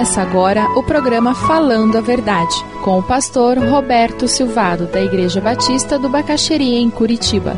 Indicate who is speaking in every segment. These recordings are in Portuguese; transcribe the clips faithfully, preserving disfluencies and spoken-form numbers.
Speaker 1: Começa agora o programa Falando a Verdade, com o pastor Roberto Silvado, da Igreja Batista do Bacaxeria, em Curitiba.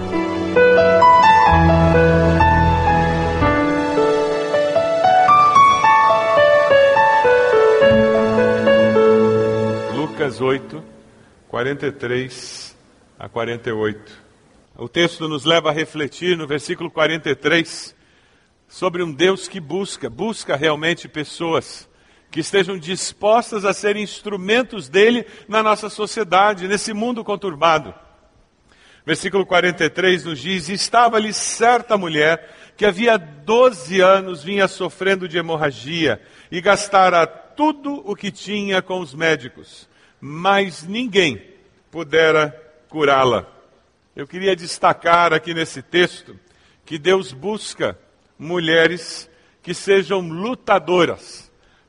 Speaker 2: Lucas oito, quarenta e três a quarenta e oito. O texto nos leva a refletir no versículo quarenta e três sobre um Deus que busca, busca realmente pessoas que estejam dispostas a ser instrumentos dele na nossa sociedade, nesse mundo conturbado. Versículo quarenta e três nos diz: estava-lhe certa mulher que havia doze anos vinha sofrendo de hemorragia e gastara tudo o que tinha com os médicos, mas ninguém pudera curá-la. Eu queria destacar aqui nesse texto que Deus busca mulheres que sejam lutadoras,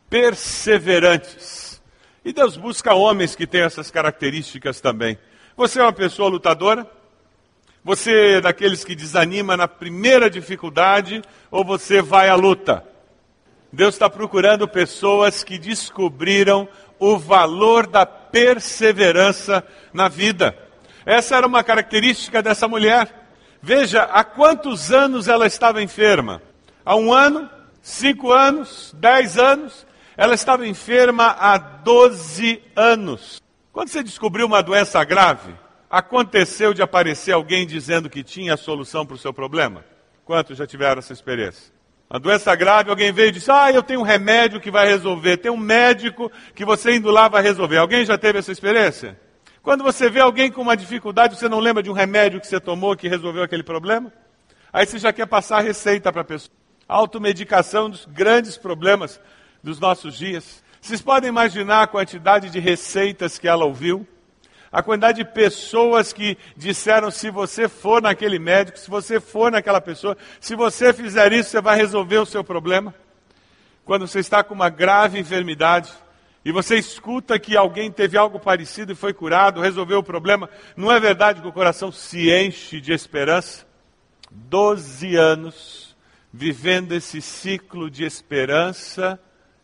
Speaker 2: perseverantes. E Deus busca homens que tenham essas características também. Você é uma pessoa lutadora? Você é daqueles que desanima na primeira dificuldade ou você vai à luta? Deus está procurando pessoas que descobriram o valor da perseverança na vida. Essa era uma característica dessa mulher. Veja, há quantos anos ela estava enferma? Há um ano? Cinco anos? Dez anos? Ela estava enferma há doze anos. Quando você descobriu uma doença grave, aconteceu de aparecer alguém dizendo que tinha a solução para o seu problema? Quantos já tiveram essa experiência? Uma doença grave, alguém veio e disse: ah, eu tenho um remédio que vai resolver, tem um médico que você indo lá vai resolver. Alguém já teve essa experiência? Quando você vê alguém com uma dificuldade, você não lembra de um remédio que você tomou que resolveu aquele problema? Aí você já quer passar a receita para a pessoa. A automedicação dos grandes problemas dos nossos dias. Vocês podem imaginar a quantidade de receitas que ela ouviu? A quantidade de pessoas que disseram: se você for naquele médico, se você for naquela pessoa, se você fizer isso, você vai resolver o seu problema. Quando você está com uma grave enfermidade e você escuta que alguém teve algo parecido e foi curado, resolveu o problema, não é verdade que o coração se enche de esperança? Doze anos vivendo esse ciclo de esperança,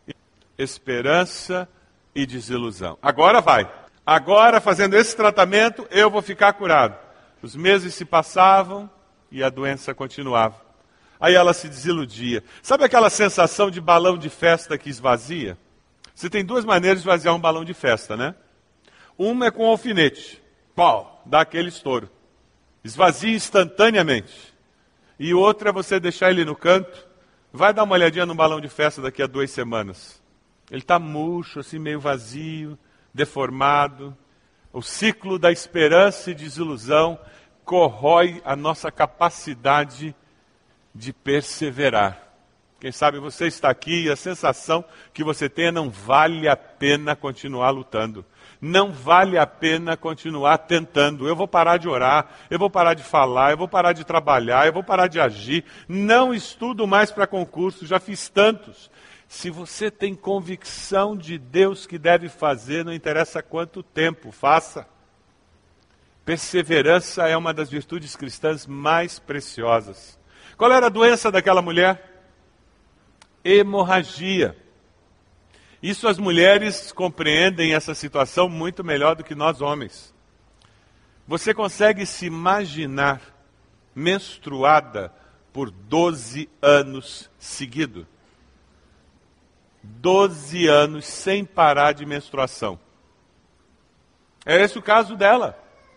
Speaker 2: esperança e desilusão. Agora vai. Agora, fazendo esse tratamento, eu vou ficar curado. Os meses se passavam e a doença continuava. Aí ela se desiludia. Sabe aquela sensação de balão de festa que esvazia? Você tem duas maneiras de esvaziar um balão de festa, né? Uma é com um alfinete. Pau, dá aquele estouro. Esvazia instantaneamente. E outra é você deixar ele no canto. Vai dar uma olhadinha no balão de festa daqui a duas semanas. Ele está murcho, assim, meio vazio, deformado. O ciclo da esperança e desilusão corrói a nossa capacidade de perseverar. Quem sabe você está aqui e a sensação que você tem é: não vale a pena continuar lutando. Não vale a pena continuar tentando. Eu vou parar de orar, eu vou parar de falar, eu vou parar de trabalhar, eu vou parar de agir. Não estudo mais para concurso, já fiz tantos. Se você tem convicção de Deus que deve fazer, não interessa quanto tempo, faça. Perseverança é uma das virtudes cristãs mais preciosas. Qual era a doença daquela mulher? Hemorragia. Isso as mulheres compreendem essa situação muito melhor do que nós homens. Você consegue se imaginar menstruada por doze anos seguidos? doze anos sem parar de menstruação. É esse o caso dela.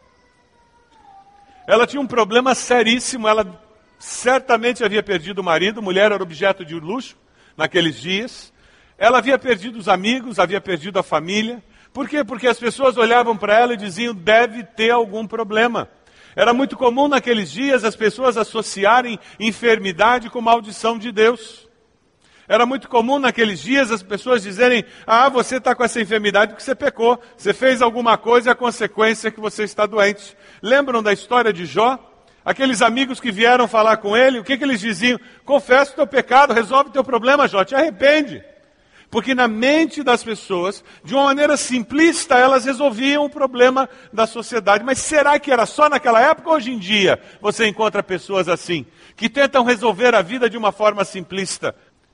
Speaker 2: Ela tinha um problema seríssimo, ela certamente havia perdido o marido, mulher era objeto de luxo naqueles dias. Ela havia perdido os amigos, havia perdido a família. Por quê? Porque as pessoas olhavam para ela e diziam: deve ter algum problema. Era muito comum naqueles dias as pessoas associarem enfermidade com maldição de Deus. Era muito comum naqueles dias as pessoas dizerem: ah, você está com essa enfermidade porque você pecou, você fez alguma coisa e a consequência é que você está doente. Lembram da história de Jó? Aqueles amigos que vieram falar com ele, o que, que eles diziam? Confessa o teu pecado, resolve o teu problema, Jó, te arrepende. Porque na mente das pessoas, de uma maneira simplista, elas resolviam o problema da sociedade. Mas será que era só naquela época? Hoje em dia você encontra pessoas assim, que tentam resolver a vida de uma forma simplista.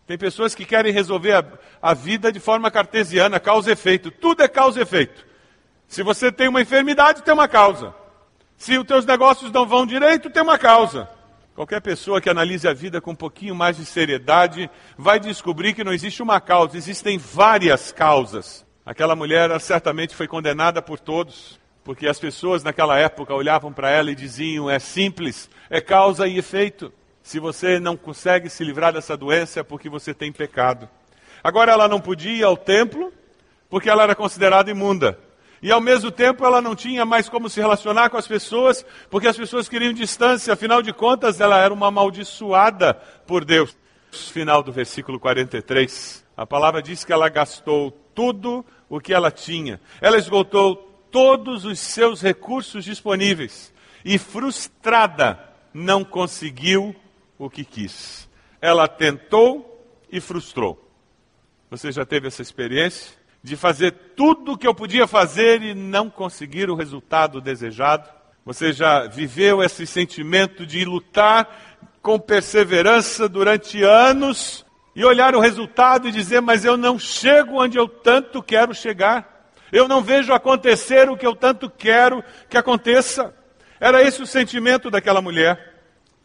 Speaker 2: Tem pessoas que querem resolver a, a vida de forma cartesiana, causa e efeito. Tudo é causa e efeito. Se você tem uma enfermidade, tem uma causa. Se os teus negócios não vão direito, tem uma causa. Qualquer pessoa que analise a vida com um pouquinho mais de seriedade vai descobrir que não existe uma causa, existem várias causas. Aquela mulher certamente foi condenada por todos, porque as pessoas naquela época olhavam para ela e diziam, é simples, é causa e efeito. Se você não consegue se livrar dessa doença é porque você tem pecado. Agora ela não podia ir ao templo porque ela era considerada imunda. E ao mesmo tempo ela não tinha mais como se relacionar com as pessoas, porque as pessoas queriam distância, afinal de contas ela era uma amaldiçoada por Deus. No final do versículo quarenta e três, a palavra diz que ela gastou tudo o que ela tinha. Ela esgotou todos os seus recursos disponíveis e frustrada não conseguiu o que quis. Ela tentou e frustrou. Você já teve essa experiência? De fazer tudo o que eu podia fazer e não conseguir o resultado desejado? Você já viveu esse sentimento de lutar com perseverança durante anos e olhar o resultado e dizer, mas eu não chego onde eu tanto quero chegar. Eu não vejo acontecer o que eu tanto quero que aconteça. Era esse o sentimento daquela mulher.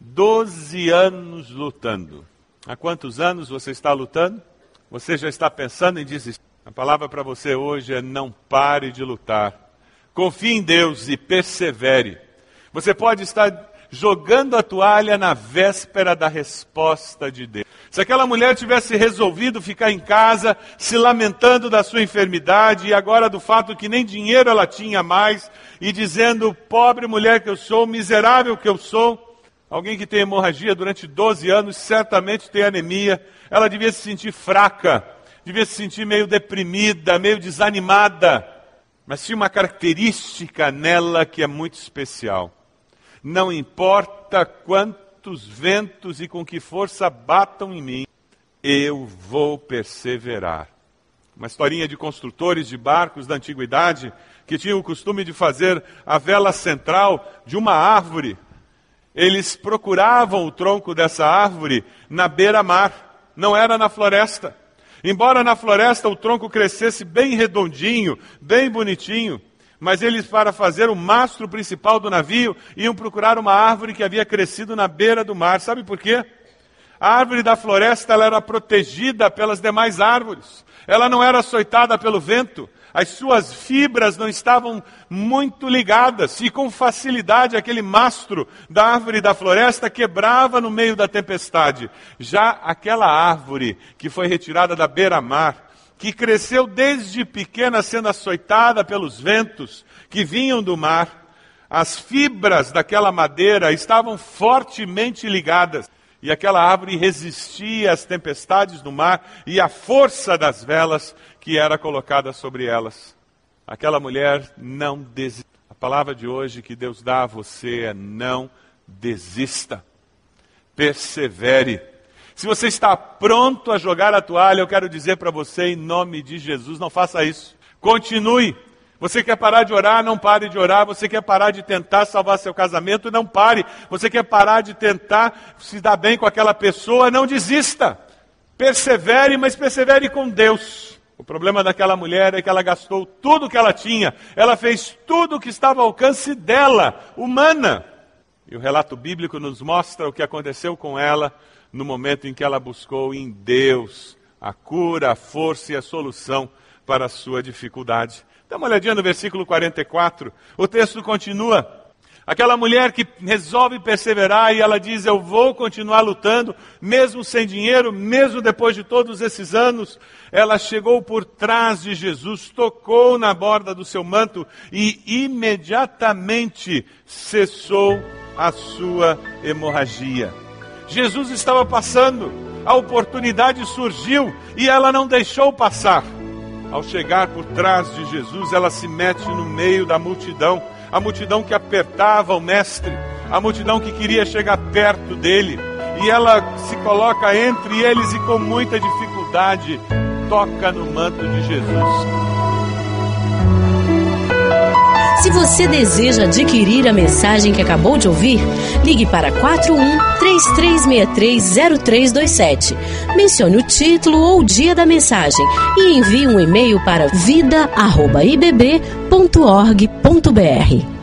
Speaker 2: Doze anos lutando. Há quantos anos você está lutando? Você já está pensando em desistir? A palavra para você hoje é não pare de lutar. Confie em Deus e persevere. Você pode estar jogando a toalha na véspera da resposta de Deus. Se aquela mulher tivesse resolvido ficar em casa, se lamentando da sua enfermidade e agora do fato que nem dinheiro ela tinha mais, e dizendo, pobre mulher que eu sou, miserável que eu sou, alguém que tem hemorragia durante doze anos certamente tem anemia, ela devia se sentir fraca, devia se sentir meio deprimida, meio desanimada. Mas tinha uma característica nela que é muito especial. Não importa quantos ventos e com que força batam em mim, eu vou perseverar. Uma historinha de construtores de barcos da antiguidade que tinham o costume de fazer a vela central de uma árvore. Eles procuravam o tronco dessa árvore na beira-mar, não era na floresta. Embora na floresta o tronco crescesse bem redondinho, bem bonitinho, mas eles, para fazer o mastro principal do navio, iam procurar uma árvore que havia crescido na beira do mar. Sabe por quê? A árvore da floresta ela era protegida pelas demais árvores. Ela não era açoitada pelo vento. As suas fibras não estavam muito ligadas. E com facilidade aquele mastro da árvore da floresta quebrava no meio da tempestade. Já aquela árvore que foi retirada da beira-mar, que cresceu desde pequena sendo açoitada pelos ventos que vinham do mar, as fibras daquela madeira estavam fortemente ligadas. E aquela árvore resistia às tempestades do mar e à força das velas que era colocada sobre elas. Aquela mulher não desistiu. A palavra de hoje que Deus dá a você é não desista. Persevere. Se você está pronto a jogar a toalha, eu quero dizer para você, em nome de Jesus, não faça isso. Continue. Você quer parar de orar? Não pare de orar. Você quer parar de tentar salvar seu casamento? Não pare. Você quer parar de tentar se dar bem com aquela pessoa? Não desista. Persevere, mas persevere com Deus. O problema daquela mulher é que ela gastou tudo o que ela tinha. Ela fez tudo o que estava ao alcance dela, humana. E o relato bíblico nos mostra o que aconteceu com ela no momento em que ela buscou em Deus a cura, a força e a solução para a sua dificuldade. Dá uma olhadinha no versículo quarenta e quatro. O texto continua. Aquela mulher que resolve perseverar e ela diz, eu vou continuar lutando, mesmo sem dinheiro, mesmo depois de todos esses anos. Ela chegou por trás de Jesus, tocou na borda do seu manto e imediatamente cessou a sua hemorragia. Jesus estava passando, a oportunidade surgiu e ela não deixou passar. Ao chegar por trás de Jesus, ela se mete no meio da multidão, a multidão que apertava o mestre, a multidão que queria chegar perto dele, e ela se coloca entre eles e com muita dificuldade toca no manto de Jesus.
Speaker 3: Se você deseja adquirir a mensagem que acabou de ouvir, ligue para quatro um, três três seis três, zero três dois sete. Mencione o título ou o dia da mensagem e envie um e-mail para vida arroba i b b ponto org ponto b r.